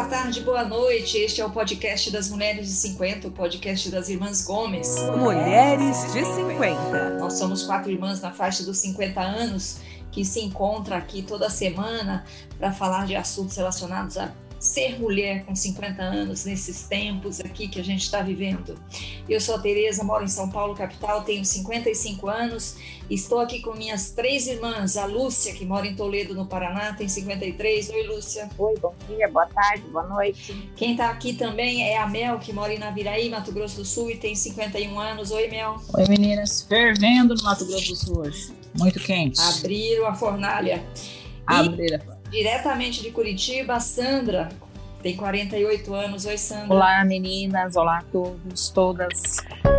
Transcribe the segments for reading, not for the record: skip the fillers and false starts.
boa tarde, boa noite. Este é o podcast das Mulheres de 50, o podcast das Irmãs Gomes. Mulheres de 50. Nós somos 4 irmãs na faixa dos 50 anos que se encontram aqui toda semana para falar de assuntos relacionados a ser mulher com 50 anos nesses tempos aqui que a gente está vivendo. Eu sou a Tereza, moro em São Paulo, capital, tenho 55 anos. Estou aqui com minhas 3 irmãs, a Lúcia, que mora em Toledo, no Paraná, tem 53. Oi, Lúcia. Oi, bom dia, boa tarde, boa noite. Quem está aqui também é a Mel, que mora em Naviraí, Mato Grosso do Sul, e tem 51 anos. Oi, Mel. Oi, meninas. Fervendo no Mato Grosso do Sul hoje. Muito quente. Abriram a fornalha. Abriram. Diretamente de Curitiba, a Sandra, tem 48 anos. Oi, Sandra. Olá, meninas. Olá a todos, todas.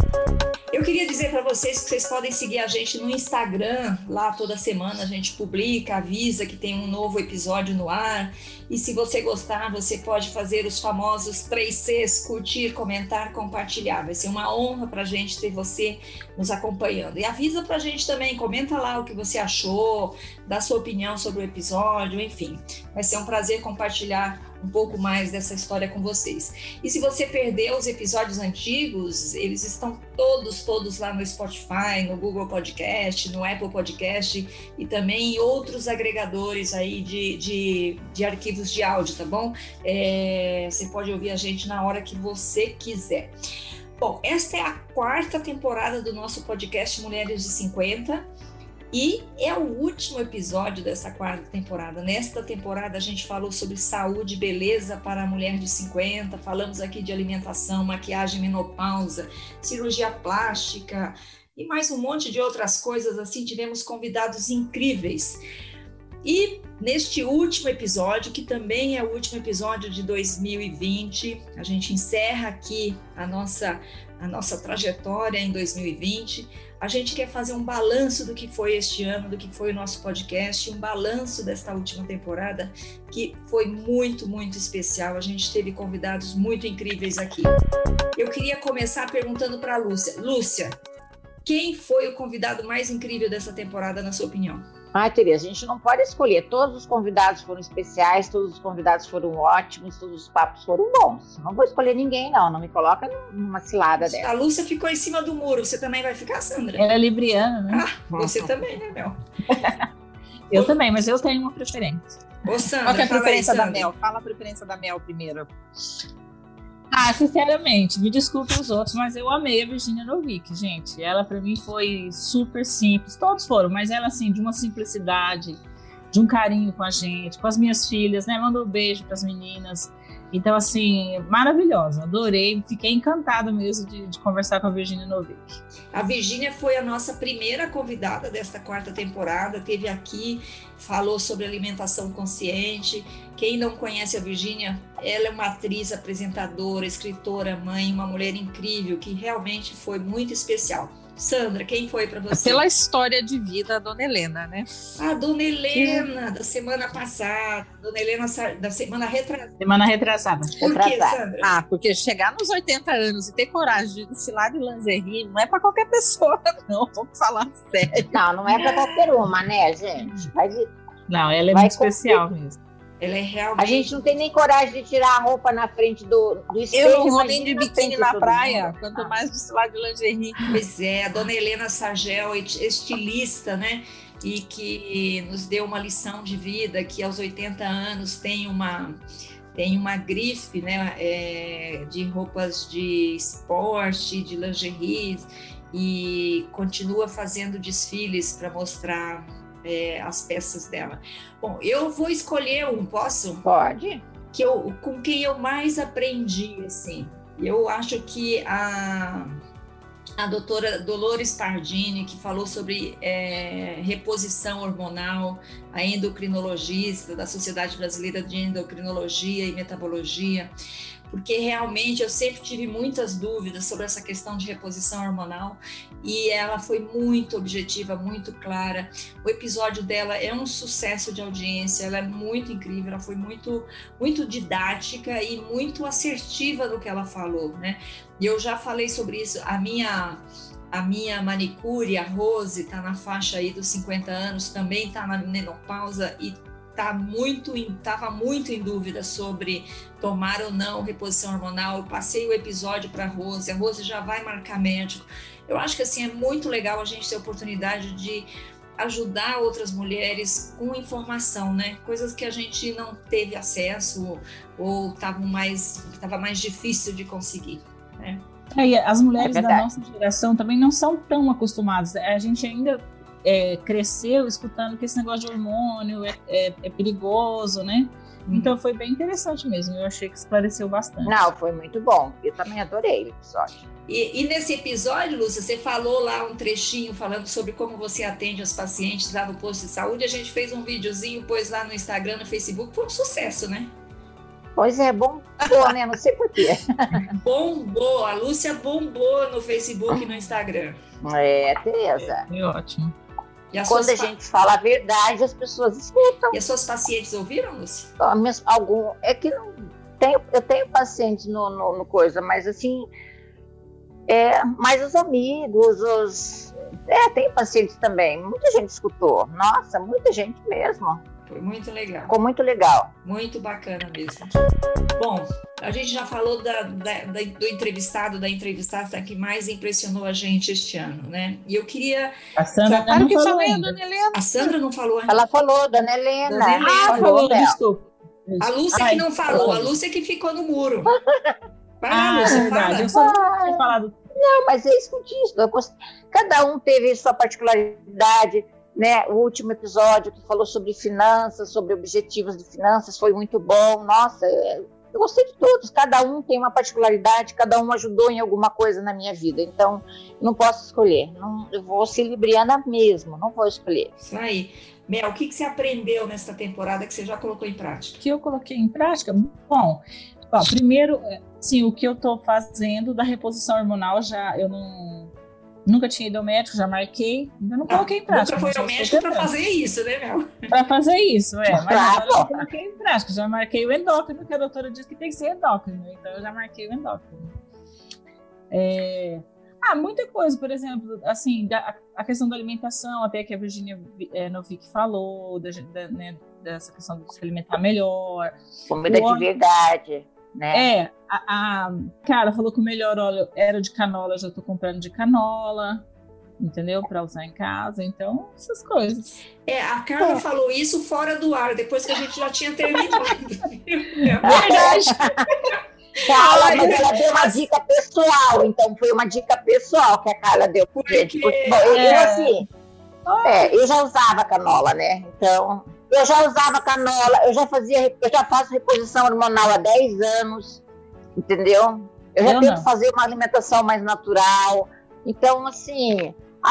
Eu queria dizer para vocês que vocês podem seguir a gente no Instagram. Lá toda semana a gente publica, avisa que tem um novo episódio no ar. E se você gostar, você pode fazer os famosos 3 Cs: curtir, comentar, compartilhar. Vai ser uma honra para a gente ter você nos acompanhando. E avisa para a gente também, comenta lá o que você achou, dá sua opinião sobre o episódio, enfim. Vai ser um prazer compartilhar um pouco mais dessa história com vocês. E se você perdeu os episódios antigos, eles estão todos lá no Spotify, no Google Podcast, no Apple Podcast e também em outros agregadores aí de arquivos de áudio, tá bom? Você pode ouvir a gente na hora que você quiser. Bom, esta é a 4ª temporada do nosso podcast Mulheres de 50. E é o último episódio dessa 4ª temporada. Nesta temporada a gente falou sobre saúde e beleza para a mulher de 50, falamos aqui de alimentação, maquiagem, menopausa, cirurgia plástica e mais um monte de outras coisas assim. Tivemos convidados incríveis. E neste último episódio, que também é o último episódio de 2020, a gente encerra aqui a nossa trajetória em 2020. A gente quer fazer um balanço do que foi este ano, do que foi o nosso podcast, um balanço desta última temporada, que foi muito, muito especial. A gente teve convidados muito incríveis aqui. Eu queria começar perguntando para a Lúcia. Lúcia, quem foi o convidado mais incrível dessa temporada, na sua opinião? Tereza, a gente não pode escolher. Todos os convidados foram especiais, todos os convidados foram ótimos, todos os papos foram bons. Não vou escolher ninguém, não me coloca numa cilada dessa. A Lúcia ficou em cima do muro, você também vai ficar, Sandra? Ela é libriana, né? Você também, né, Mel? Eu também, mas eu tenho uma preferência. Ô, Sandra, qual que é a preferência aí, da Mel? Fala a preferência da Mel primeiro. Sinceramente, me desculpe os outros, mas eu amei a Virginia Novick, gente. Ela, pra mim, foi super simples. Todos foram, mas ela, assim, de uma simplicidade, de um carinho com a gente, com as minhas filhas, né? Mandou um beijo pras meninas. Então, assim, maravilhosa. Adorei, fiquei encantada mesmo de conversar com a Virginia Novick. A Virginia foi a nossa primeira convidada desta 4ª temporada, esteve aqui, falou sobre alimentação consciente. Quem não conhece a Virginia, ela é uma atriz, apresentadora, escritora, mãe, uma mulher incrível, que realmente foi muito especial. Sandra, quem foi para você? Pela história de vida, a Dona Helena, né? A Dona Helena, da semana passada, Dona Helena da semana retrasada. Semana retrasada. Por que, Sandra? Porque chegar nos 80 anos e ter coragem de desfilar de lingerie não é para qualquer pessoa, não. Vamos falar sério. Não é para qualquer uma, né, gente? Não, ela é muito especial mesmo. Ela é realmente... A gente não tem nem coragem de tirar a roupa na frente do espelho. Eu não vou nem de biquíni na praia, mundo. Quanto mais desfilar de lingerie. Pois é, a Dona Helena Sargel, estilista, né? E que nos deu uma lição de vida, que aos 80 anos tem uma grife, né? De roupas de esporte, de lingerie, e continua fazendo desfiles para mostrar as peças dela. Bom, eu vou escolher um, posso? Pode. Com quem eu mais aprendi, assim. Eu acho que a doutora Dolores Pardini, que falou sobre reposição hormonal, a endocrinologista da Sociedade Brasileira de Endocrinologia e Metabologia, porque realmente eu sempre tive muitas dúvidas sobre essa questão de reposição hormonal e ela foi muito objetiva, muito clara. O episódio dela é um sucesso de audiência, ela é muito incrível, ela foi muito, muito didática e muito assertiva no que ela falou, né? E eu já falei sobre isso, a minha manicure, a Rose, está na faixa aí dos 50 anos, também está na menopausa e estava muito em dúvida sobre tomar ou não reposição hormonal. Eu passei o episódio para a Rose já vai marcar médico. Eu acho que assim é muito legal a gente ter a oportunidade de ajudar outras mulheres com informação, né? Coisas que a gente não teve acesso ou estava mais difícil de conseguir, né? E as mulheres da nossa geração também não são tão acostumadas. A gente ainda cresceu escutando que esse negócio de hormônio é perigoso, né? Então foi bem interessante mesmo. Eu achei que esclareceu bastante. Não, foi muito bom. Eu também adorei o episódio. E nesse episódio, Lúcia, você falou lá um trechinho falando sobre como você atende as pacientes lá no posto de saúde. A gente fez um videozinho, pôs lá no Instagram, no Facebook. Foi um sucesso, né? Pois é, bombou, né? Não sei porquê. Bombou. A Lúcia bombou no Facebook e no Instagram. Tereza. Foi ótimo. Quando a gente fala a verdade, as pessoas escutam. E as suas pacientes ouviram, Lúcia? É que não eu tenho pacientes no coisa, mas assim, mais os amigos, tem pacientes também. Muita gente escutou. Nossa, muita gente mesmo. Foi muito legal. Ficou muito legal. Muito bacana mesmo. Bom, a gente já falou do entrevistado, da entrevistada que mais impressionou a gente este ano, né? E eu queria... A Sandra não falou ainda. Dona Helena. A Sandra não falou ainda? Ela falou, Dona Helena. Dona Helena falou, desculpa. A Lúcia que não falou, a Lúcia que ficou no muro. Vai lá, Lúcia, verdade. fala. Eu só não tinha falado. Não, mas é isso que eu disse. Cada um teve sua particularidade, né? O último episódio que falou sobre finanças, sobre objetivos de finanças, foi muito bom. Nossa, eu gostei de todos. Cada um tem uma particularidade, cada um ajudou em alguma coisa na minha vida. Então, não posso escolher. Eu vou ser libriana mesmo, não vou escolher. Isso aí. Mel, o que você aprendeu nesta temporada que você já colocou em prática? O que eu coloquei em prática? Bom, primeiro, sim, o que eu estou fazendo da reposição hormonal, eu nunca tinha ido ao médico, já marquei, ainda não coloquei em prática. Nunca foi ao médico para fazer isso, né, Mel? Para fazer isso, mas agora eu coloquei em prática. Já marquei o endócrino, que a doutora disse que tem que ser endócrino, então eu já marquei o endócrino. Muita coisa, por exemplo, assim, a questão da alimentação, até que a Virginia Novick falou, né, dessa questão de se alimentar melhor. Comida de verdade, né? A Cara falou que o melhor óleo era de canola, eu já tô comprando de canola, entendeu? Para usar em casa, então, essas coisas. A Carla falou isso fora do ar, depois que a gente já tinha terminado. Verdade. Carla, mas ela deu uma dica pessoal, então foi uma dica pessoal que a Carla deu pra gente. Porque, eu já usava canola, né? Então, eu já usava canola, eu já faço reposição hormonal há 10 anos, entendeu? Eu já tento fazer uma alimentação mais natural. Então, assim,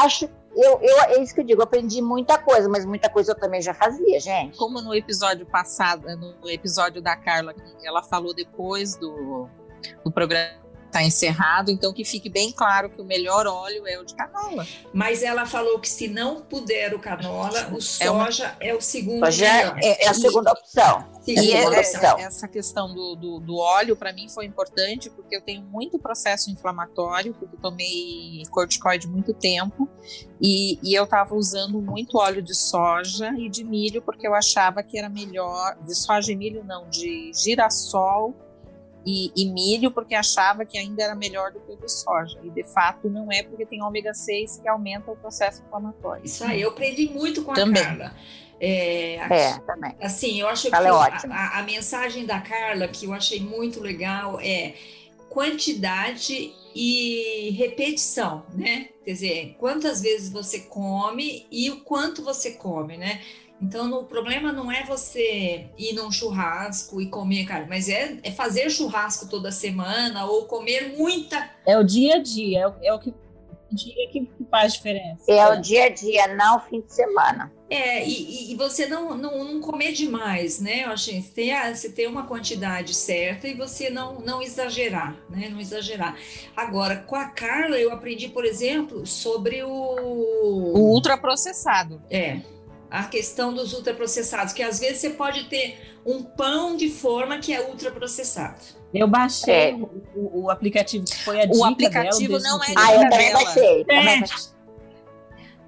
é isso que eu digo, eu aprendi muita coisa, mas muita coisa eu também já fazia, gente. Como no episódio passado, no episódio da Carla, ela falou depois do programa estar encerrado, então que fique bem claro que o melhor óleo é o de canola. Mas ela falou que se não puder o canola, o soja é o segundo. Soja é a segunda opção. Essa questão do óleo, para mim, foi importante, porque eu tenho muito processo inflamatório, porque eu tomei corticoide muito tempo, e eu estava usando muito óleo de soja e de milho, porque eu achava que era melhor, de soja e milho não, de girassol e milho, porque achava que ainda era melhor do que o de soja, e de fato não é, porque tem ômega 6 que aumenta o processo inflamatório. Isso aí, eu aprendi muito com a Também. Carla. Também. Assim, eu acho que a mensagem da Carla, que eu achei muito legal, é quantidade e repetição, né? Quer dizer, quantas vezes você come e o quanto você come, né? Então, o problema não é você ir num churrasco e comer carne, mas é fazer churrasco toda semana ou comer muita... É o dia a dia, é o dia que faz diferença. É o dia a dia, não o fim de semana. E você não comer demais, né? Eu achei você tem uma quantidade certa e você não exagerar, né? Não exagerar. Agora, com a Carla, eu aprendi, por exemplo, sobre o ultraprocessado. A questão dos ultraprocessados, que às vezes você pode ter um pão de forma que é ultraprocessado. Eu baixei o aplicativo, que foi a dica dela. O aplicativo não é eu também baixei.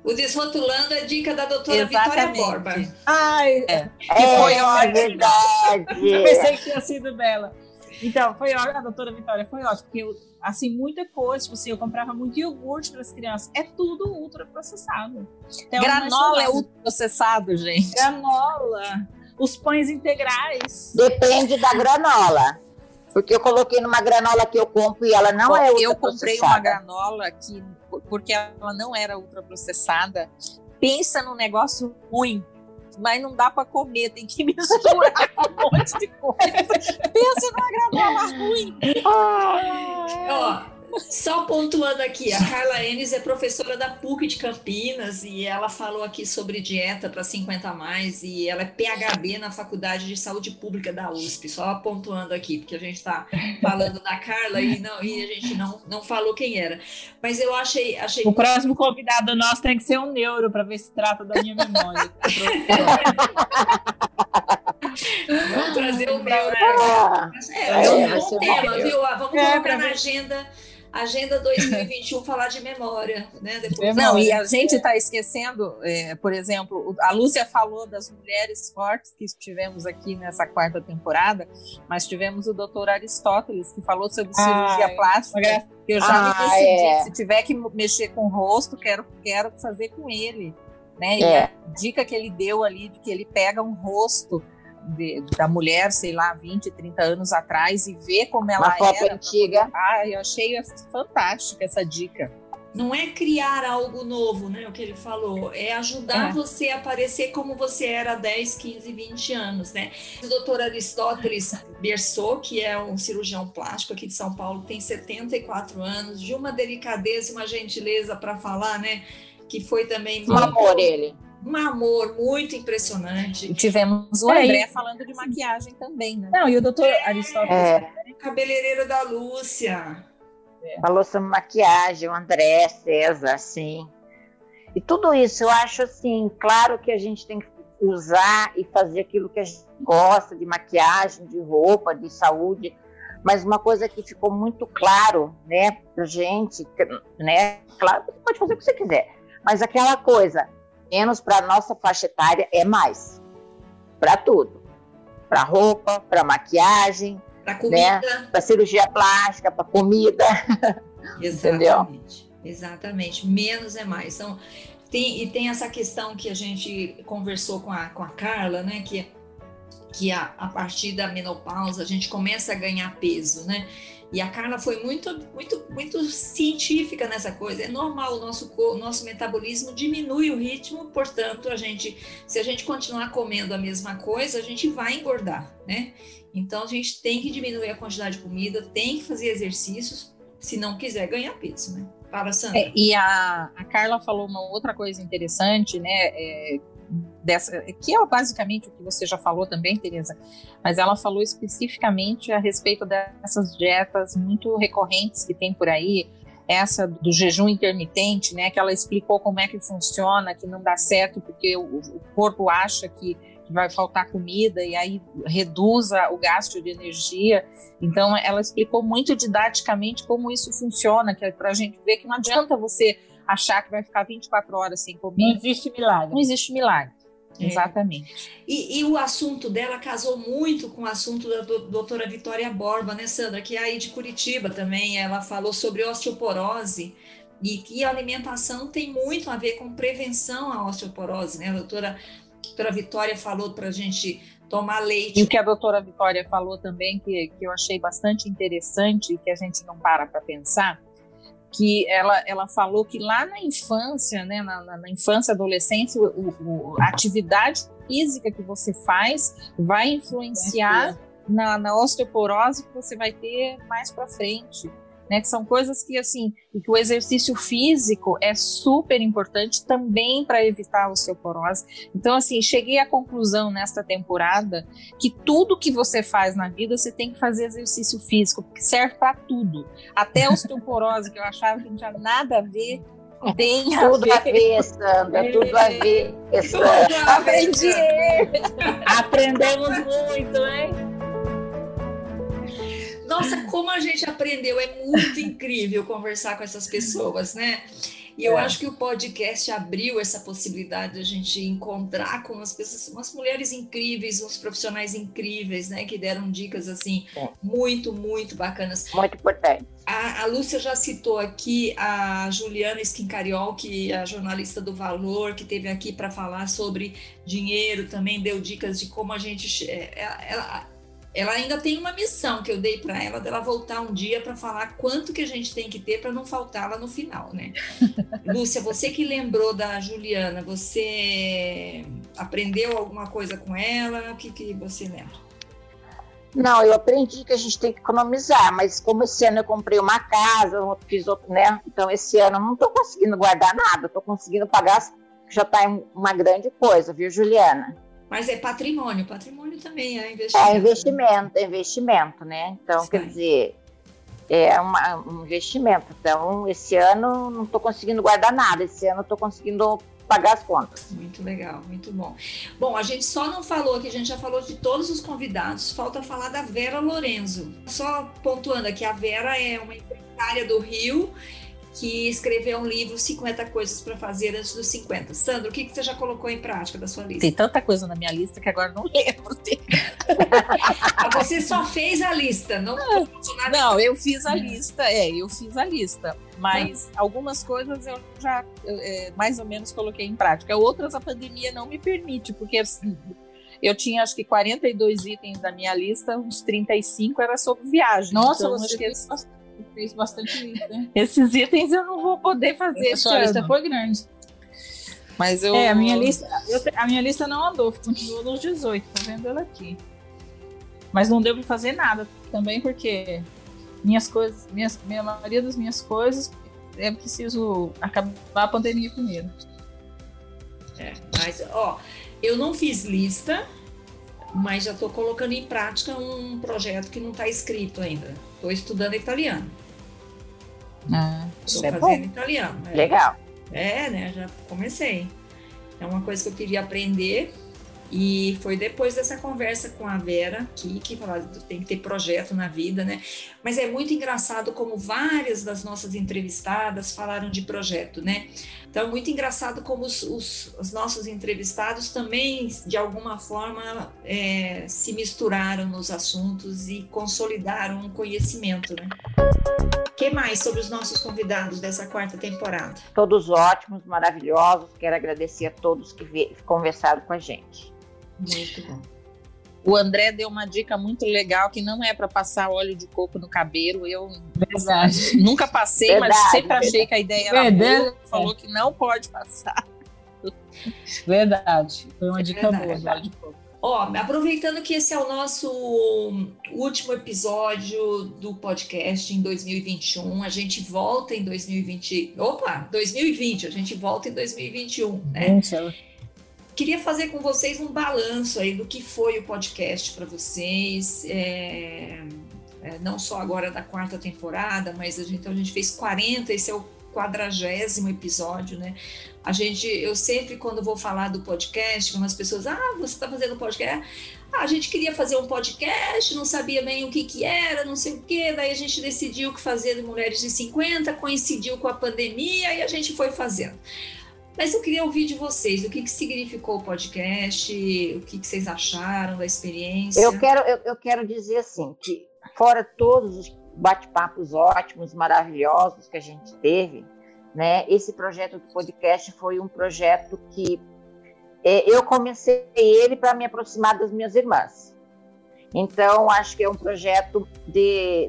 O Desrotulando é dica da doutora Vitória Borba. Ai, foi ótimo. Verdade. Eu pensei que tinha sido dela. Então, foi ótimo, a doutora Vitória foi ótima, porque assim, muita coisa, tipo assim, eu comprava muito iogurte para as crianças, é tudo ultraprocessado. Então, granola é ultraprocessado, gente. Granola, os pães integrais. Depende da granola. Porque eu coloquei numa granola que eu compro e ela não é ultraprocessada. Eu comprei uma granola que, porque ela não era ultraprocessada. Pensa num negócio ruim, mas não dá para comer, tem que misturar com um monte de coisa. Pensa numa granola ruim. Ó, só pontuando aqui, a Carla Enes é professora da PUC de Campinas e ela falou aqui sobre dieta para 50 a mais e ela é PhD na Faculdade de Saúde Pública da USP, só pontuando aqui, porque a gente está falando da Carla e a gente não falou quem era. Mas eu achei... O próximo convidado nosso tem que ser um neuro para ver se trata da minha memória. Vamos trazer o neuro. É um tema, viu? Vamos colocar na Agenda 2021, falar de memória, né? Depois não, e a gente está esquecendo, por exemplo, a Lúcia falou das mulheres fortes que tivemos aqui nessa 4ª temporada, mas tivemos o doutor Aristóteles, que falou sobre cirurgia plástica, que eu já me decidi, se tiver que mexer com o rosto, quero fazer com ele, né? E a dica que ele deu ali, de que ele pega um rosto da mulher, sei lá, 20, 30 anos atrás e ver como ela era. Uma foto antiga. Eu achei fantástica essa dica. Não é criar algo novo, né? O que ele falou, é ajudar você a parecer como você era há 10, 15, 20 anos, né? O doutor Aristóteles Berçot, que é um cirurgião plástico aqui de São Paulo, tem 74 anos, de uma delicadeza e uma gentileza para falar, né? Que foi também... Um amor ele. Um amor muito impressionante. E tivemos o André falando de maquiagem também, né? Não, e o doutor Aristóteles... Cabeleireiro da Lúcia. Falou sobre maquiagem, o André, César, sim. E tudo isso, eu acho assim, claro que a gente tem que usar e fazer aquilo que a gente gosta, de maquiagem, de roupa, de saúde, mas uma coisa que ficou muito claro, né, pra gente, né, claro que você pode fazer o que você quiser, mas aquela coisa... menos para a nossa faixa etária é mais. Para tudo. Para roupa, para maquiagem, para comida, né? Para cirurgia plástica, para comida. Exatamente. Exatamente. Menos é mais. Então, tem essa questão que a gente conversou com a Carla, né? Que a partir da menopausa a gente começa a ganhar peso, né? E a Carla foi muito científica nessa coisa. É normal, o nosso metabolismo diminui o ritmo, portanto, se a gente continuar comendo a mesma coisa, a gente vai engordar, né? Então, a gente tem que diminuir a quantidade de comida, tem que fazer exercícios, se não quiser ganhar peso, né? Fala, Sandra. E a Carla falou uma outra coisa interessante, né? Que é basicamente o que você já falou também, Tereza, mas ela falou especificamente a respeito dessas dietas muito recorrentes que tem por aí, essa do jejum intermitente, né, que ela explicou como é que funciona, que não dá certo porque o corpo acha que vai faltar comida e aí reduz o gasto de energia. Então ela explicou muito didaticamente como isso funciona, que é para a gente ver que não adianta você achar que vai ficar 24 horas sem comer. Não existe milagre. Não existe milagre. Exatamente. E o assunto dela casou muito com o assunto da doutora Vitória Borba, né, Sandra? Que é aí de Curitiba também. Ela falou sobre osteoporose e que a alimentação tem muito a ver com prevenção à osteoporose, né? A doutora Vitória falou para a gente tomar leite. E o que a doutora Vitória falou também, que eu achei bastante interessante e que a gente não para pensar, que ela falou que lá na infância, né, na infância e adolescência, a atividade física que você faz vai influenciar na osteoporose que você vai ter mais para frente, né, que são coisas que, assim, e que o exercício físico é super importante também para evitar a osteoporose. Então, assim, cheguei à conclusão nesta temporada que tudo que você faz na vida, você tem que fazer exercício físico, porque serve para tudo. Até a osteoporose, que eu achava que não tinha nada a ver, tem a tudo ver. A ver, Sandra, tudo a ver, Sandra. Aprendi! Aprendemos muito, hein? Nossa, como a gente aprendeu, é muito incrível conversar com essas pessoas, né? E eu acho que o podcast abriu essa possibilidade de a gente encontrar com as pessoas, umas mulheres incríveis, uns profissionais incríveis, né? Que deram dicas, assim, muito, muito bacanas. Muito importante. A Lúcia já citou aqui a Juliana Schincariol, que é a jornalista do Valor, que esteve aqui para falar sobre dinheiro, também deu dicas de como a gente... Ela ainda tem uma missão que eu dei para ela, dela voltar um dia para falar quanto que a gente tem que ter para não faltar lá no final, né? Lúcia, você que lembrou da Juliana, você aprendeu alguma coisa com ela? O que você lembra? Não, eu aprendi que a gente tem que economizar, mas como esse ano eu comprei uma casa, fiz outro, né? Então esse ano eu não estou conseguindo guardar nada, estou conseguindo pagar, já está uma grande coisa, viu, Juliana? Mas é patrimônio também é investimento. É investimento, né? Então, quer dizer, é um investimento. Então, esse ano não estou conseguindo guardar nada, esse ano estou conseguindo pagar as contas. Muito legal, muito bom. Bom, a gente só não falou aqui, a gente já falou de todos os convidados, falta falar da Vera Lorenzo. Só pontuando aqui, a Vera é uma empresária do Rio, que escreveu um livro, 50 coisas para fazer antes dos 50. Sandro, o que você já colocou em prática da sua lista? Tem tanta coisa na minha lista que agora não lembro. Você só fez a lista, não? Não, eu fiz a lista. Mas algumas coisas eu já mais ou menos coloquei em prática. Outras a pandemia não me permite, porque assim, eu tinha acho que 42 itens da minha lista, uns 35 era sobre viagem. Nossa, então, você fez bastante lista, né? Esses itens eu não vou poder fazer. A sua lista foi grande. Mas eu... a minha lista não andou, continuou nos 18, tá vendo ela aqui. Mas não deu para fazer nada também, porque a maioria das minhas coisas, é preciso acabar a pandemia primeiro. Mas, eu não fiz lista, mas já estou colocando em prática um projeto que não está escrito ainda. Estou estudando italiano. Estou fazendo italiano. Legal. Né? Já comecei. É uma coisa que eu queria aprender e foi depois dessa conversa com a Vera aqui, que falava que tem que ter projeto na vida, né? Mas é muito engraçado como várias das nossas entrevistadas falaram de projeto, né? Então é muito engraçado como os nossos entrevistados também, de alguma forma, se misturaram nos assuntos e consolidaram um conhecimento, né? O que mais sobre os nossos convidados dessa 4ª temporada? Todos ótimos, maravilhosos. Quero agradecer a todos que conversaram com a gente. Muito bom. O André deu uma dica muito legal, que não é para passar óleo de coco no cabelo. Eu nunca passei, mas sempre achei que a ideia era boa. Falou que não pode passar. Verdade. Foi uma dica boa do óleo de coco. Aproveitando que esse é o nosso último episódio do podcast em 2021, a gente volta em 2020. 2020, a gente volta em 2021, né? Queria fazer com vocês um balanço aí do que foi o podcast para vocês, não só agora da 4ª temporada, mas a gente fez 40, esse é o 40º episódio, né? Eu sempre, quando vou falar do podcast, quando as pessoas, você está fazendo podcast? A gente queria fazer um podcast, não sabia bem o que era, não sei o quê, daí a gente decidiu que fazer de Mulheres de 50, coincidiu com a pandemia e a gente foi fazendo. Mas eu queria ouvir de vocês, o que significou o podcast, o que vocês acharam da experiência. Eu quero dizer assim, que fora todos os bate-papos ótimos, maravilhosos que a gente teve, né, esse projeto do podcast foi um projeto que eu comecei ele para me aproximar das minhas irmãs. Então, acho que é um projeto de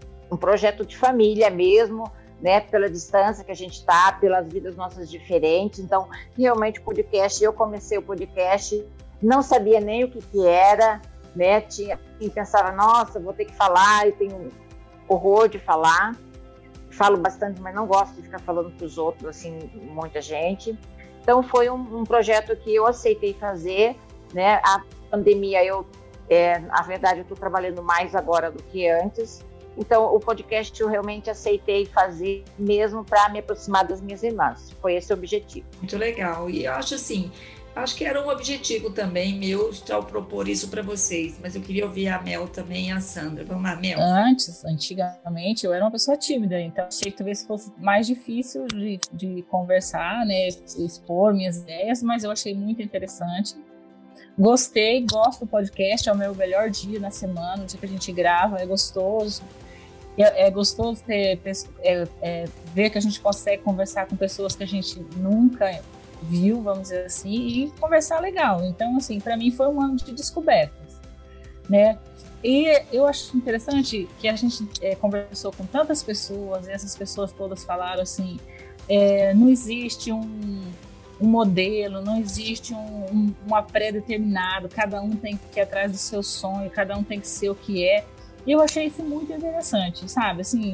família mesmo, né, pela distância que a gente está, pelas vidas nossas diferentes. Então, realmente, eu comecei o podcast, não sabia nem o que era, né, pensava, nossa, vou ter que falar, e tenho horror de falar, falo bastante, mas não gosto de ficar falando para os outros, assim, muita gente. Então, foi um projeto que eu aceitei fazer, né, a pandemia, na verdade, eu estou trabalhando mais agora do que antes. Então, o podcast eu realmente aceitei fazer mesmo para me aproximar das minhas irmãs. Foi esse o objetivo. Muito legal. E eu acho assim, acho que era um objetivo também meu ao propor isso para vocês, mas eu queria ouvir a Mel também e a Sandra. Vamos lá, Mel. Antigamente, eu era uma pessoa tímida, então achei que talvez fosse mais difícil de conversar, né, expor minhas ideias, mas eu achei muito interessante. Gosto do podcast, é o meu melhor dia na semana, o dia que a gente grava, é gostoso. É gostoso ver que a gente consegue conversar com pessoas que a gente nunca viu, vamos dizer assim, e conversar legal. Então, assim, para mim foi um ano de descobertas, né? E eu acho interessante que a gente conversou com tantas pessoas, e essas pessoas todas falaram assim, não existe um modelo, não existe uma pré-determinado, cada um tem que ir atrás do seu sonho, cada um tem que ser o que é. E eu achei isso muito interessante, sabe? Assim,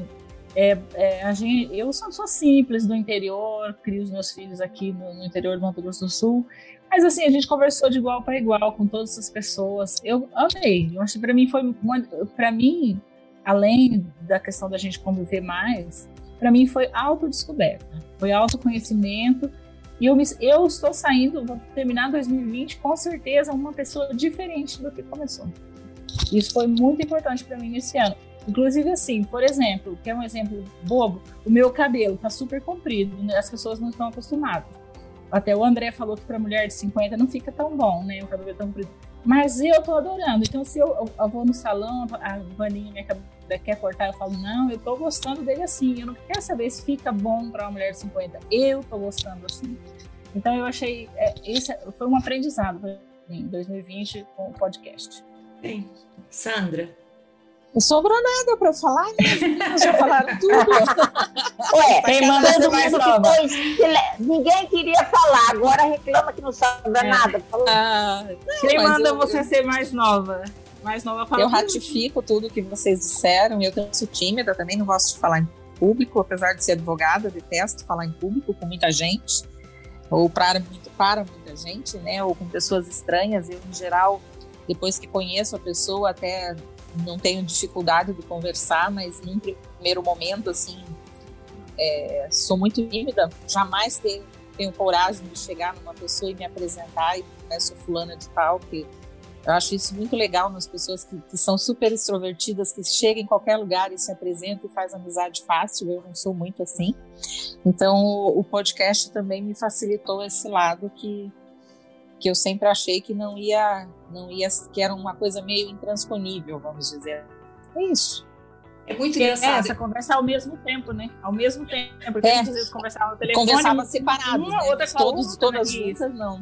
eu sou simples do interior, crio os meus filhos aqui no interior do Mato Grosso do Sul, mas assim, a gente conversou de igual para igual com todas essas pessoas. Eu amei, eu acho que para mim, além da questão da gente conviver mais, para mim foi autodescoberta, foi autoconhecimento, e eu estou saindo, vou terminar 2020 com certeza uma pessoa diferente do que começou. Isso foi muito importante para mim nesse ano. Inclusive, assim, por exemplo, que é um exemplo bobo, o meu cabelo tá super comprido, né? As pessoas não estão acostumadas. Até o André falou que para mulher de 50 não fica tão bom, né? O cabelo tão comprido. Mas eu tô adorando. Então, se eu vou no salão, a Vaninha, minha cabelo quer cortar, eu falo, não, eu tô gostando dele assim. Eu não quero saber se fica bom para uma mulher de 50. Eu tô gostando assim. Então, eu achei... esse foi um aprendizado para mim, em 2020, com o podcast. Bem, Sandra. Não sobrou nada para falar, né? As meninas já falaram tudo. Ué, quem manda ser mais nova? Ninguém queria falar, agora reclama que não sobra nada. Quem manda você ser mais nova? Mais nova fala. Eu ratifico tudo que vocês disseram. Eu sou tímida também, não gosto de falar em público, apesar de ser advogada, detesto falar em público com muita gente, ou para muita gente, né? Ou com pessoas estranhas. Eu, em geral, depois que conheço a pessoa, até não tenho dificuldade de conversar, mas num primeiro momento, assim, sou muito tímida, jamais tenho coragem de chegar numa pessoa e me apresentar e sou fulana de tal, porque eu acho isso muito legal nas pessoas que são super extrovertidas, que chegam em qualquer lugar e se apresentam e faz amizade fácil. Eu não sou muito assim. Então, o podcast também me facilitou esse lado que eu sempre achei que não ia, que era uma coisa meio intransponível, vamos dizer. É isso. É muito engraçado. Essa conversa ao mesmo tempo, né? Ao mesmo tempo. Porque às vezes conversava no telefone. Conversava separados, né? Outra todas juntas, não.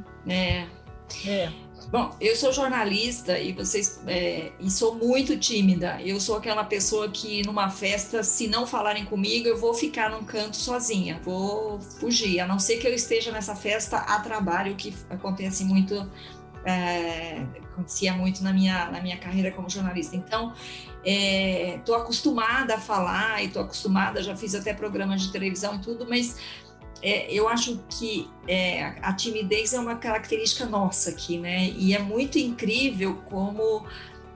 Bom, eu sou jornalista e e sou muito tímida. Eu sou aquela pessoa que numa festa, se não falarem comigo, eu vou ficar num canto sozinha, vou fugir, a não ser que eu esteja nessa festa a trabalho, que acontece muito, acontecia muito na minha carreira como jornalista. Então, estou acostumada a falar e estou acostumada, já fiz até programas de televisão e tudo, mas eu acho que a timidez é uma característica nossa aqui, né? E é muito incrível como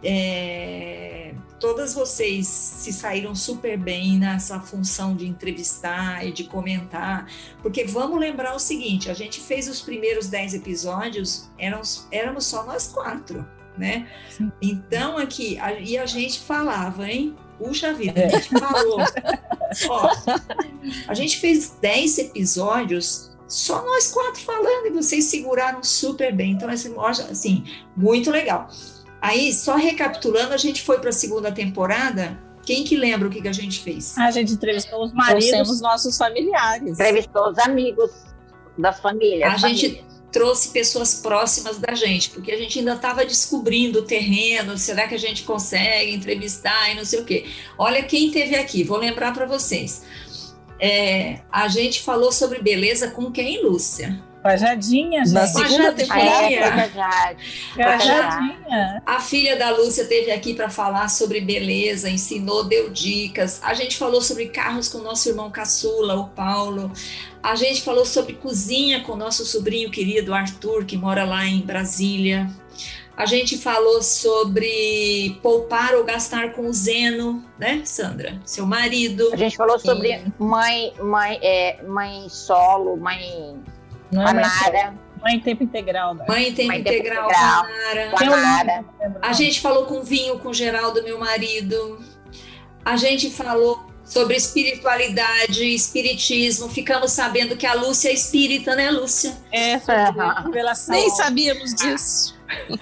todas vocês se saíram super bem nessa função de entrevistar e de comentar, porque vamos lembrar o seguinte, a gente fez os primeiros 10 episódios, éramos só nós 4, né? Sim. Então aqui, e a gente falava, hein? Puxa vida, a gente falou. Ó, a gente fez 10 episódios, só nós 4 falando, e vocês seguraram super bem. Então, assim, muito legal. Aí, só recapitulando, a gente foi para a segunda temporada. Quem que lembra o que a gente fez? A gente entrevistou os maridos. Trouxemos nossos familiares. Entrevistou os amigos das famílias. A gente trouxe pessoas próximas da gente, porque a gente ainda estava descobrindo o terreno, será que a gente consegue entrevistar e não sei o quê. Olha quem esteve aqui, vou lembrar para vocês. A gente falou sobre beleza com quem, Lúcia? Com a Jadinha, gente. Na segunda temporada. Jadinha. A filha da Lúcia esteve aqui para falar sobre beleza, ensinou, deu dicas. A gente falou sobre carros com o nosso irmão caçula, o Paulo. A gente falou sobre cozinha com o nosso sobrinho querido Arthur, que mora lá em Brasília. A gente falou sobre poupar ou gastar com o Zeno, né, Sandra? Seu marido. A gente falou sobre mãe solo, mãe... Não é Manara. Mãe em tempo integral, né? Mãe em tempo integral, com a Nara. A gente falou com Vinho, com o Geraldo, meu marido. A gente falou sobre espiritualidade, espiritismo. Ficamos sabendo que a Lúcia é espírita, né, Lúcia? Revelação. Nem sabíamos disso.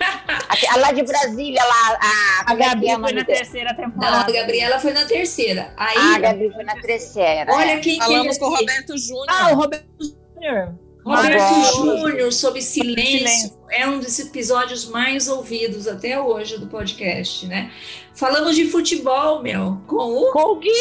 Lá de Brasília, a Gabi foi na terceira temporada. Não, a Gabriela foi na terceira. Aí, a Gabi foi na terceira. Olha quem falamos com o Roberto Júnior. O Roberto Júnior. Roberto Júnior, sobre silêncio, é um dos episódios mais ouvidos até hoje do podcast, né? Falamos de futebol, com o Gui.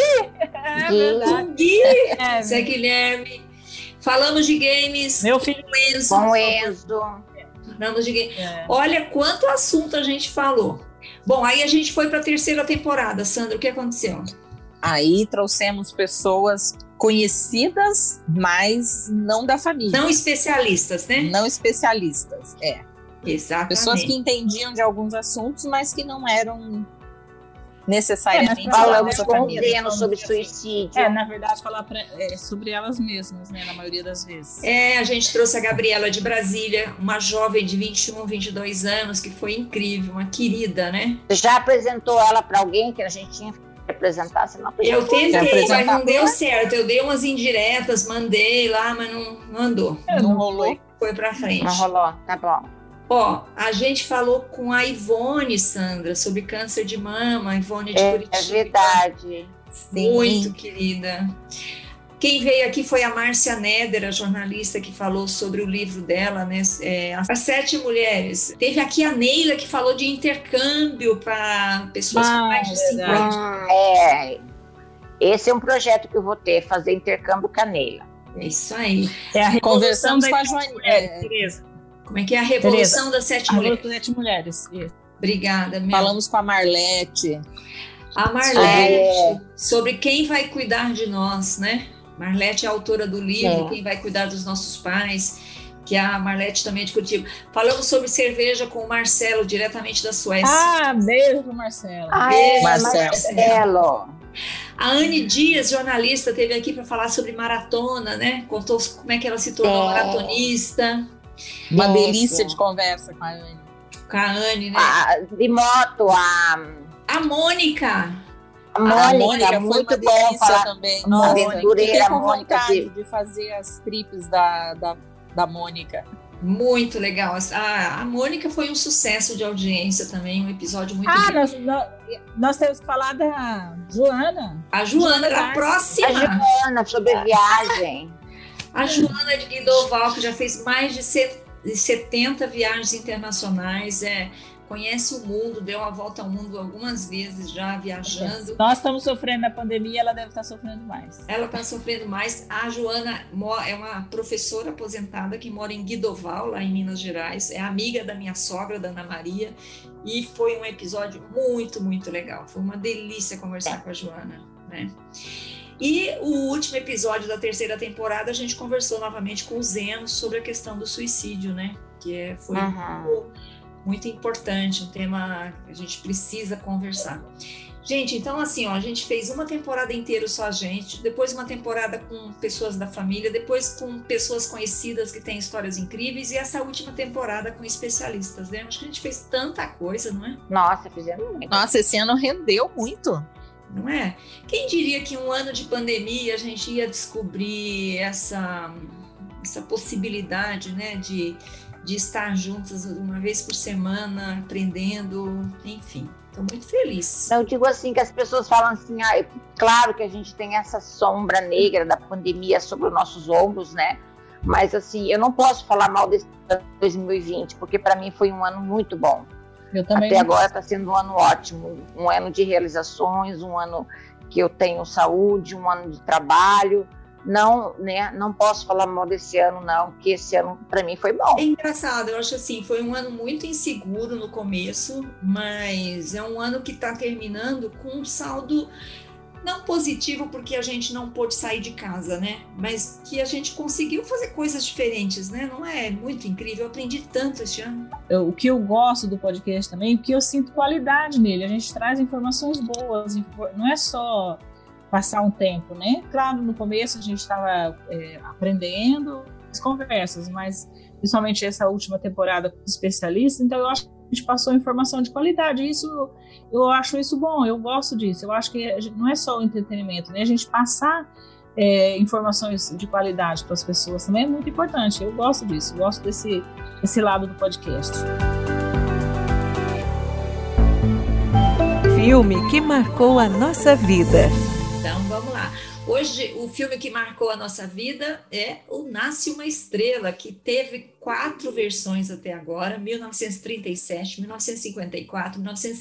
Com o Gui, Zé Guilherme. Falamos de games. Meu filho com o Enzo. Falamos de games. Olha quanto assunto a gente falou. Bom, aí a gente foi para a terceira temporada. Sandra, o que aconteceu? Aí trouxemos pessoas conhecidas, mas não da família. Não especialistas, né? Não especialistas, Exatamente. Pessoas que entendiam de alguns assuntos, mas que não eram necessariamente falamos com o Zeno sobre suicídio. Na verdade, falar sobre elas mesmas, né, na maioria das vezes. A gente trouxe a Gabriela de Brasília, uma jovem de 21, 22 anos, que foi incrível, uma querida, né? Já apresentou ela para alguém que a gente tinha que apresentar? Você não apresentou? Eu tentei, mas não deu certo. Eu dei umas indiretas, mandei lá, mas não andou. Não rolou. Foi para frente. Não rolou, tá bom. A gente falou com a Ivone, Sandra, sobre câncer de mama, a Ivone de Curitiba. É verdade. Muito querida. Quem veio aqui foi a Márcia Neder, a jornalista que falou sobre o livro dela, né? As 7 mulheres. Teve aqui a Neila, que falou de intercâmbio para pessoas com mais de 50. Esse é um projeto que eu vou ter, fazer intercâmbio com a Neila. É isso aí. Conversamos com a Joaninha. Tereza. Como é que é a Revolução das 7 Mulheres? A Revolução das 7 Mulheres. Obrigada, Falamos com a Marlete. A Marlete, sobre quem vai cuidar de nós, né? Marlete é a autora do livro Quem vai cuidar dos nossos pais, que é a Marlete também é de Curitiba. Falamos sobre cerveja com o Marcelo, diretamente da Suécia. Beijo pro Marcelo. Beijo, Marcelo. A Anne Dias, jornalista, esteve aqui para falar sobre maratona, né? Contou como é que ela se tornou maratonista. Uma delícia de conversa com a Anne. Com a Anne, né? De moto, a Mônica. A Mônica muito foi uma bom falar também. Nossa, aventureira, com Mônica de fazer as trips da Mônica. Muito legal. A Mônica foi um sucesso de audiência também, um episódio muito nós temos que falar da Joana. A Joana, a próxima. A Joana, sobre viagem. A Joana de Guidoval, que já fez mais de 70 viagens internacionais, conhece o mundo, deu uma volta ao mundo algumas vezes já viajando. Nós estamos sofrendo na pandemia, ela deve estar sofrendo mais. Ela está sofrendo mais. A Joana é uma professora aposentada que mora em Guidoval, lá em Minas Gerais. É amiga da minha sogra, da Ana Maria. E foi um episódio muito, muito legal. Foi uma delícia conversar com a Joana, né? E o último episódio da terceira temporada, a gente conversou novamente com o Zeno sobre a questão do suicídio, né? Que foi muito importante, um tema que a gente precisa conversar. Gente, então assim, a gente fez uma temporada inteira só a gente, depois uma temporada com pessoas da família, depois com pessoas conhecidas que têm histórias incríveis, e essa última temporada com especialistas, né? Acho que a gente fez tanta coisa, não é? Nossa, fizemos muito. Nossa, esse ano rendeu muito. Não é? Quem diria que um ano de pandemia a gente ia descobrir essa possibilidade, né, de estar juntas uma vez por semana, aprendendo, enfim. Estou muito feliz. Eu digo assim, que as pessoas falam assim, claro que a gente tem essa sombra negra da pandemia sobre os nossos ombros, né? Mas assim, eu não posso falar mal desse ano 2020, porque para mim foi um ano muito bom. Até agora está sendo um ano ótimo, um ano de realizações, um ano que eu tenho saúde, um ano de trabalho. Não, né? Não posso falar mal desse ano, não, porque esse ano para mim foi bom. É engraçado, eu acho assim, foi um ano muito inseguro no começo, mas é um ano que está terminando com um saldo não positivo, porque a gente não pôde sair de casa, né? Mas que a gente conseguiu fazer coisas diferentes, né? Não é muito incrível? Eu aprendi tanto esse ano. O que eu gosto do podcast também, porque eu sinto qualidade nele. A gente traz informações boas, não é só passar um tempo, né? Claro, no começo a gente estava aprendendo, conversas, mas principalmente essa última temporada com especialistas, então eu acho que a gente passou informação de qualidade, isso eu acho isso bom, eu gosto disso, eu acho que não é só o entretenimento, né? A gente passar informações de qualidade para as pessoas também é muito importante, eu gosto disso, eu gosto desse lado do podcast. Filme que marcou a nossa vida. Então, vamos lá. Hoje, o filme que marcou a nossa vida é O Nasce uma Estrela, que teve 4 versões até agora, 1937, 1954,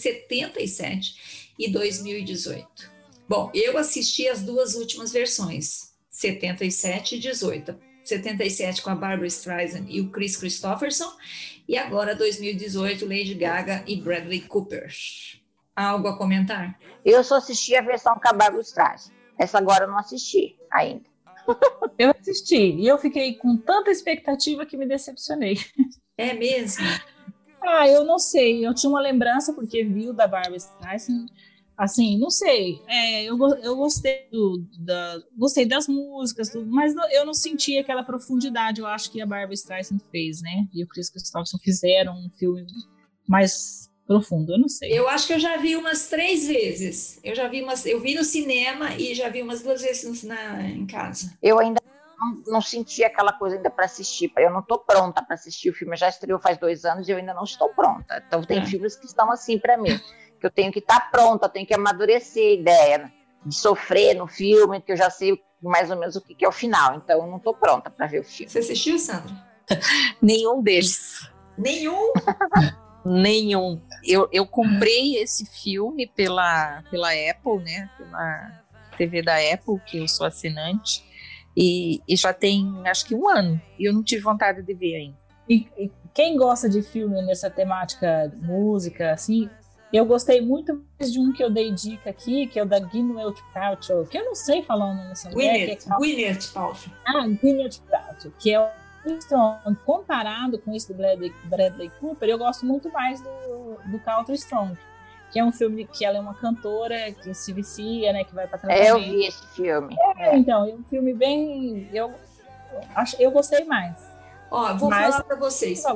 1977 e 2018. Bom, eu assisti as 2 últimas versões, 77 e 18. 77 com a Barbra Streisand e o Kris Kristofferson, e agora 2018, Lady Gaga e Bradley Cooper. Algo a comentar? Eu só assisti a versão com a Barbra Streisand. Essa agora eu não assisti ainda. Eu assisti e eu fiquei com tanta expectativa que me decepcionei. É mesmo? Eu não sei. Eu tinha uma lembrança porque vi o da Barbra Streisand. Assim, não sei. Eu gostei gostei das músicas, tudo, mas eu não senti aquela profundidade. Eu acho que a Barbra Streisand fez, né? E o Kris Kristofferson fizeram um filme mais profundo, eu não sei. Eu acho que eu já vi umas 3 vezes. Eu vi no cinema e já vi umas 2 vezes em casa. Eu ainda não senti aquela coisa ainda para assistir. Eu não estou pronta para assistir o filme. Já estreou faz 2 anos e eu ainda não estou pronta. Então tem filmes que estão assim para mim, que eu tenho que estar pronta, tenho que amadurecer a ideia de sofrer no filme, que eu já sei mais ou menos o que é o final. Então eu não estou pronta para ver o filme. Você assistiu, Sandra? Nenhum deles. Nenhum? Nenhum. Eu comprei esse filme pela Apple, né? Pela TV da Apple, que eu sou assinante, e já tem acho que 1 ano, e eu não tive vontade de ver ainda. E quem gosta de filme nessa temática, música, assim, eu gostei muito mais de um que eu dei dica aqui, que é o da Gwyneth Paltrow, que eu não sei falar o nome dessa mulher. Gwyneth Paltrow. Gwyneth Paltrow, que é Strong, comparado com esse do Bradley Cooper, eu gosto muito mais do Country Strong, que é um filme que ela é uma cantora que se vicia, né, que vai para tratamento. Eu vi esse filme. Então, é um filme bem... Eu gostei mais. Vou falar para vocês.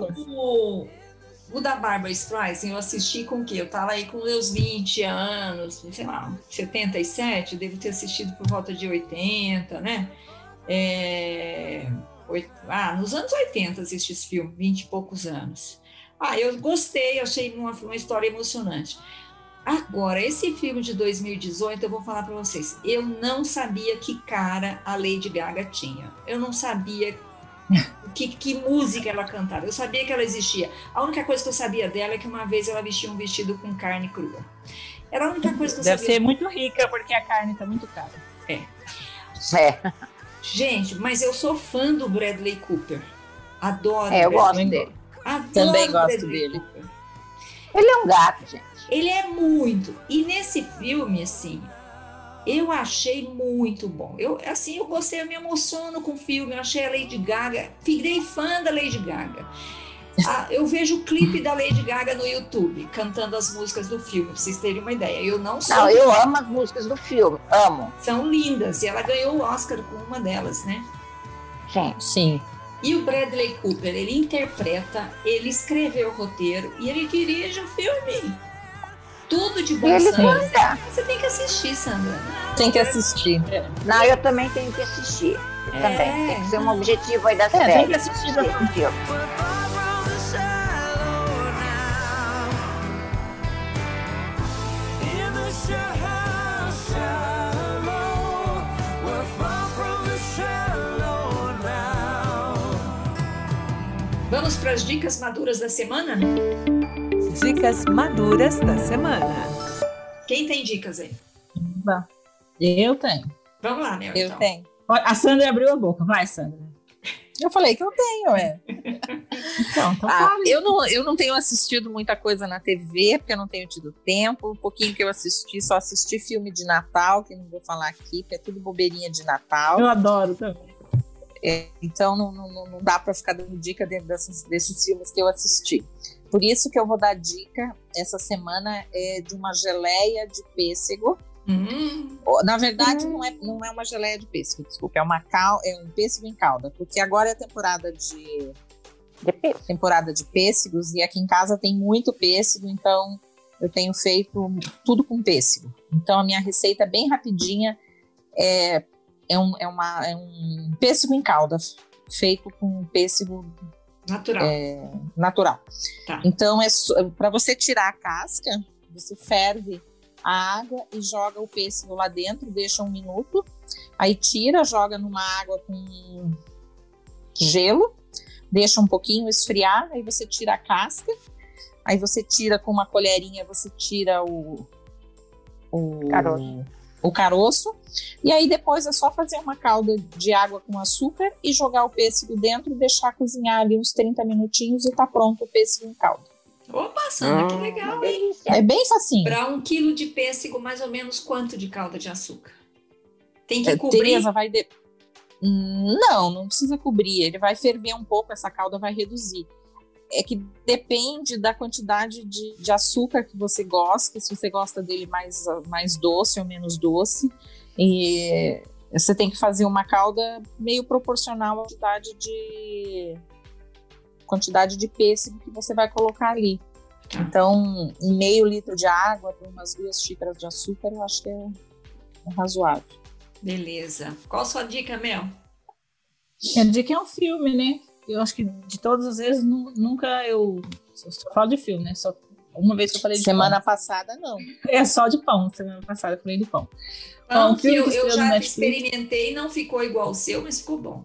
O da Barbra Streisand, eu assisti com o quê? Eu tava aí com meus 20 anos, sei lá, 77, devo ter assistido por volta de 80, né? Nos anos 80 assisti esse filme, 20 e poucos anos. Eu gostei, achei uma história emocionante. Agora, esse filme de 2018, eu vou falar para vocês, eu não sabia que cara a Lady Gaga tinha. Eu não sabia que música ela cantava. Eu sabia que ela existia. A única coisa que eu sabia dela é que uma vez ela vestia um vestido com carne crua. Era a única coisa que eu sabia. Deve ser muito rica, porque a carne tá muito cara. Gente, mas eu sou fã do Bradley Cooper. Adoro. Eu gosto dele. Também gosto dele. Cooper. Ele é um gato, gente. Ele é muito. E nesse filme, assim, eu achei muito bom. Eu gostei, eu me emociono com o filme. Eu achei a Lady Gaga, virei fã da Lady Gaga. Eu vejo o clipe da Lady Gaga no YouTube, cantando as músicas do filme, pra vocês terem uma ideia. Eu amo as músicas do filme, amo. São lindas, e ela ganhou o Oscar com uma delas, né? Sim. E o Bradley Cooper, ele interpreta, ele escreveu o roteiro e ele dirige o filme. Tudo de bom, Sandra. Você tem que assistir, Sandra. Tem que assistir. Não, eu também tenho que assistir. Também. Tem que ser um objetivo aí da série. Tem que assistir o filme. Vamos para as dicas maduras da semana? Dicas maduras da semana. Quem tem dicas aí? Eu tenho. Vamos lá, Mel. Eu tenho. A Sandra abriu a boca. Vai, Sandra. Eu falei que eu tenho, Então fala. Eu não tenho assistido muita coisa na TV, porque eu não tenho tido tempo. Um pouquinho que eu só assisti filme de Natal, que não vou falar aqui, porque é tudo bobeirinha de Natal. Eu adoro também. Então não dá para ficar dando dica dentro desses filmes que eu assisti. Por isso que eu vou dar dica essa semana de uma geleia de pêssego Na verdade, não é uma geleia de pêssego, desculpa, é um pêssego em calda, porque agora é temporada de pêssegos e aqui em casa tem muito pêssego, então eu tenho feito tudo com pêssego. Então a minha receita é bem rapidinha, é um pêssego em calda feito com pêssego natural. Tá. Então para você tirar a casca, você ferve a água e joga o pêssego lá dentro, deixa 1 minuto, aí tira, joga numa água com gelo, deixa um pouquinho esfriar, aí você tira a casca, aí você tira com uma colherinha, você tira o caroço, e aí depois é só fazer uma calda de água com açúcar e jogar o pêssego dentro e deixar cozinhar ali uns 30 minutinhos e tá pronto o pêssego em calda. Opa, Sandra, que legal, hein? É bem facinho. Para 1 quilo de pêssego, mais ou menos quanto de calda de açúcar? Tem que cobrir? Tereza, Não precisa cobrir. Ele vai ferver um pouco, essa calda vai reduzir. É que depende da quantidade de açúcar que você gosta, se você gosta dele mais doce ou menos doce. E você tem que fazer uma calda meio proporcional à quantidade de pêssego que você vai colocar ali. Então, 1/2 litro de água para umas 2 xícaras de açúcar, eu acho que é razoável. Beleza. Qual a sua dica, Mel? A dica é um filme, né? Eu acho que de todas as vezes, nunca eu só falo de filme, né? Só uma vez que eu falei de Semana pão. Passada, não. É só de pão. Semana passada eu falei de pão. Pão um que filme eu já Netflix. experimentei, não ficou igual o seu, mas ficou bom.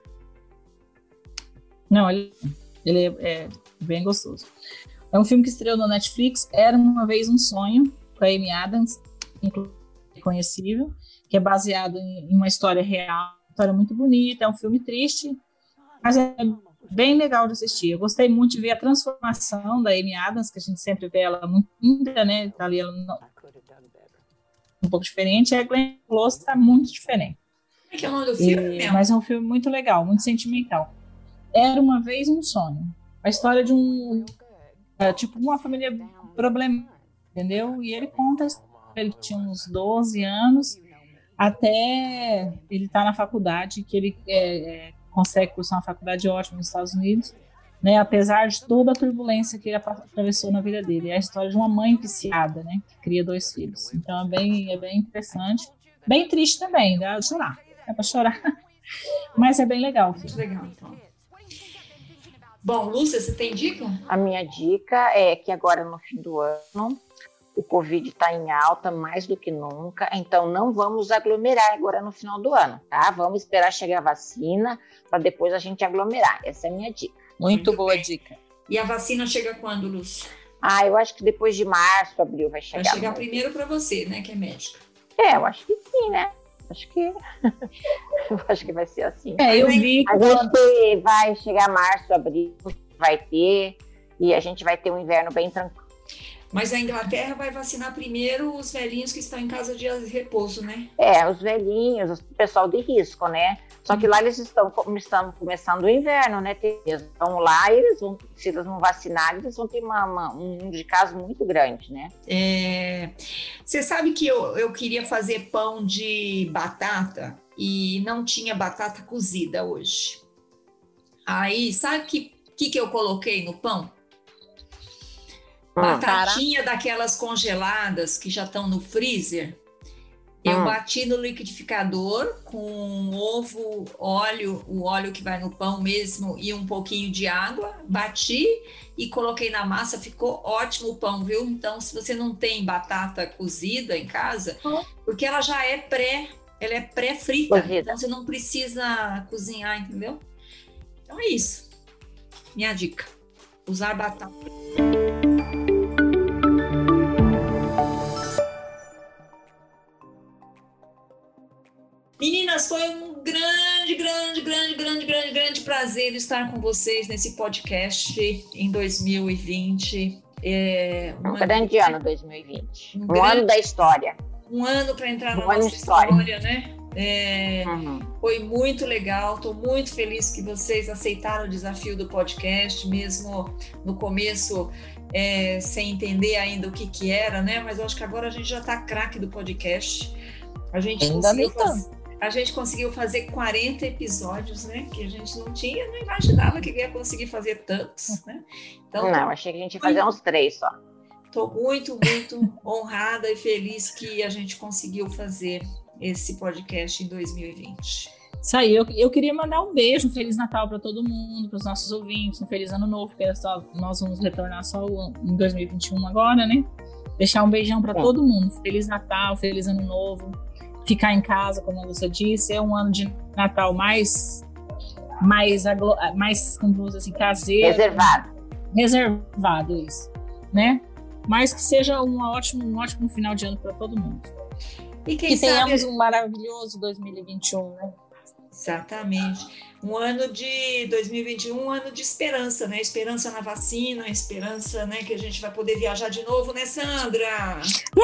Não, ele é bem gostoso. É um filme que estreou no Netflix, Era Uma Vez um Sonho, com a Amy Adams, reconhecível, que é baseado em uma história real, uma história muito bonita, é um filme triste, mas é bem legal de assistir. Eu gostei muito de ver a transformação da Amy Adams, que a gente sempre vê ela muito linda, né? Tá ali ela um pouco diferente, e a Glenn Close está muito diferente. Como é que é o nome do filme, Mel? Mas é um filme muito legal, muito sentimental. Era Uma Vez um Sonho. A história de uma família problemática, entendeu? E ele conta, ele tinha uns 12 anos, até ele estar na faculdade, que ele consegue cursar uma faculdade ótima nos Estados Unidos, né? Apesar de toda a turbulência que ele atravessou na vida dele. É a história de uma mãe viciada, né? Que cria 2 filhos. Então é bem interessante. Bem triste também, dá pra chorar. É pra chorar. Mas é bem legal. Muito legal, então. Bom, Lúcia, você tem dica? A minha dica é que agora no fim do ano o Covid está em alta mais do que nunca, então não vamos aglomerar agora no final do ano, tá? Vamos esperar chegar a vacina para depois a gente aglomerar. Essa é a minha dica. Muito boa dica. E a vacina chega quando, Lúcia? Eu acho que depois de março, abril vai chegar. Vai chegar primeiro para você, né, que é médica. Eu acho que sim, né? Eu acho que vai ser assim. Eu vi que a gente vai chegar março, abril, vai ter, e a gente vai ter um inverno bem tranquilo. Mas a Inglaterra vai vacinar primeiro os velhinhos que estão em casa de repouso, né? Os velhinhos, o pessoal de risco, né? Só que lá eles estão começando o inverno, né? Eles vão lá e se eles não vacinarem, eles vão ter um número de casos muito grande, né? Você sabe que eu queria fazer pão de batata e não tinha batata cozida hoje. Aí, sabe o que eu coloquei no pão? Batatinha daquelas congeladas que já estão no freezer. Eu bati no liquidificador com ovo, óleo, o óleo que vai no pão mesmo e um pouquinho de água. Bati e coloquei na massa, ficou ótimo o pão, viu? Então, se você não tem batata cozida em casa, porque ela já é pré-frita, então você não precisa cozinhar, entendeu? Então é isso. Minha dica, usar batata. Meninas, foi um grande prazer estar com vocês nesse podcast em 2020. Um grande ano 2020. Um ano da história. Um ano para entrar na nossa história, né? Foi muito legal, estou muito feliz que vocês aceitaram o desafio do podcast, mesmo no começo sem entender ainda o que era, né? Mas eu acho que agora a gente já está craque do podcast. A gente conseguiu fazer 40 episódios, né? Que a gente não imaginava que ia conseguir fazer tantos, né? Então, não, achei que a gente ia fazer uns 3 só. Estou muito, muito honrada e feliz que a gente conseguiu fazer esse podcast em 2020. Isso aí, eu queria mandar um beijo, um Feliz Natal para todo mundo, para os nossos ouvintes, um Feliz Ano Novo, porque nós vamos retornar só em 2021 agora, né? Deixar um beijão para todo mundo. Feliz Natal, Feliz Ano Novo. Ficar em casa, como você disse, é um ano de Natal mais como vamos dizer assim, caseiro. Reservado, isso, né? Mas que seja um ótimo final de ano para todo mundo. E tenhamos um maravilhoso 2021, né? Exatamente. Um ano de 2021, um ano de esperança, né? Esperança na vacina, esperança, né, que a gente vai poder viajar de novo, né, Sandra?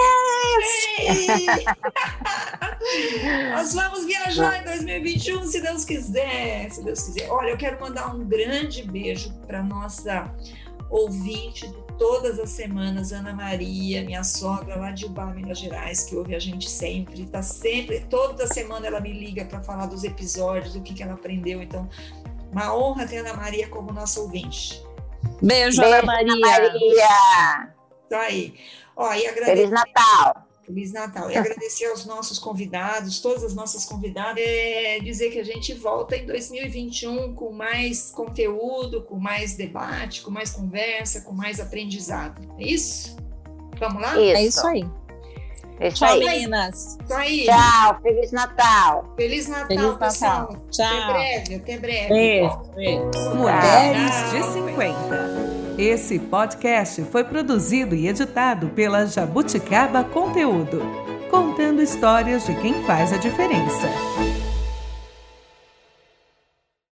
Yes! Nós vamos viajar em 2021, se Deus quiser. Se Deus quiser. Olha, eu quero mandar um grande beijo para nossa ouvinte de todas as semanas, Ana Maria, minha sogra lá de Ubá, Minas Gerais, que ouve a gente sempre, toda semana ela me liga para falar dos episódios, do que ela aprendeu. Então, uma honra ter a Ana Maria como nossa ouvinte. Beijo, Ana Maria. Isso aí. Ó, e Feliz Natal. Feliz Natal. E agradecer aos nossos convidados, todas as nossas convidadas, dizer que a gente volta em 2021 com mais conteúdo, com mais debate, com mais conversa, com mais aprendizado. É isso? Vamos lá? Isso. É isso aí. Tchau, meninas. Isso aí. Tchau, Feliz Natal. Feliz Natal, Feliz Natal. pessoal. Tchau. Até breve. Beijo. Mulheres de 50. Esse podcast foi produzido e editado pela Jabuticaba Conteúdo, contando histórias de quem faz a diferença.